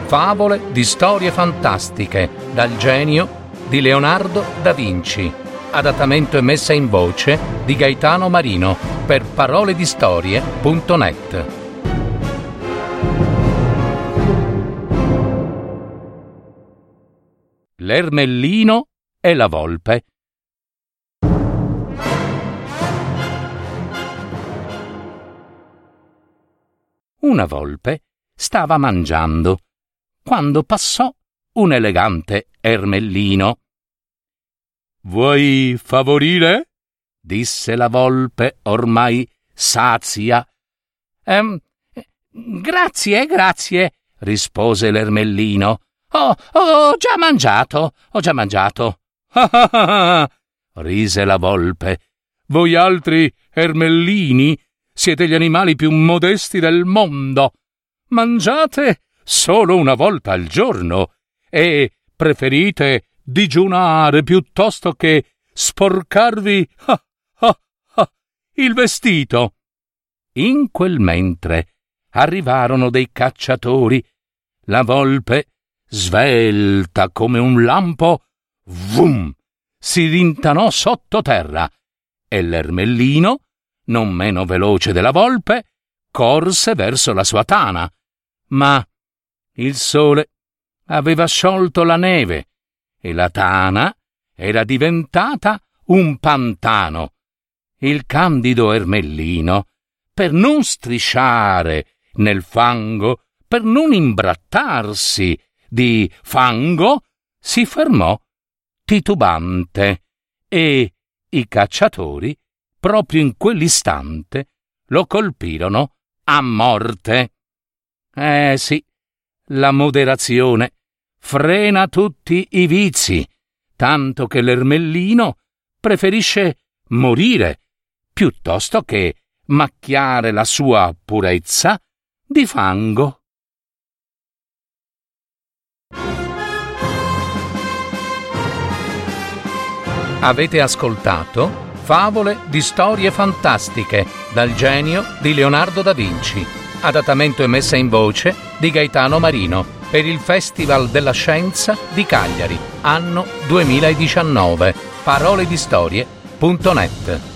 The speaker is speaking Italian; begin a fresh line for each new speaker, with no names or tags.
Favole di storie fantastiche dal genio di Leonardo da Vinci. Adattamento e messa in voce di Gaetano Marino per paroledistorie.net. L'ermellino e la volpe. Una volpe stava mangiando quando passò un elegante ermellino. «Vuoi favorire?» disse la volpe ormai sazia. Grazie, rispose l'ermellino. Ho già mangiato. Rise la volpe. «Voi altri ermellini siete gli animali più modesti del mondo. Mangiate solo una volta al giorno e preferite digiunare piuttosto che sporcarvi il vestito». In quel mentre arrivarono dei cacciatori. La volpe, svelta come un lampo, si rintanò sottoterra e l'ermellino, non meno veloce della volpe, corse verso la sua tana. Ma il sole aveva sciolto la neve e la tana era diventata un pantano. Il candido ermellino, per non strisciare nel fango, per non imbrattarsi di fango, si fermò titubante e i cacciatori, proprio in quell'istante, lo colpirono a morte. Sì, la moderazione frena tutti i vizi, tanto che l'ermellino preferisce morire piuttosto che macchiare la sua purezza di fango. Avete ascoltato Favole di storie fantastiche dal genio di Leonardo da Vinci. Adattamento e messa in voce di Gaetano Marino per il Festival della Scienza di Cagliari, anno 2019. Paroledistorie.net.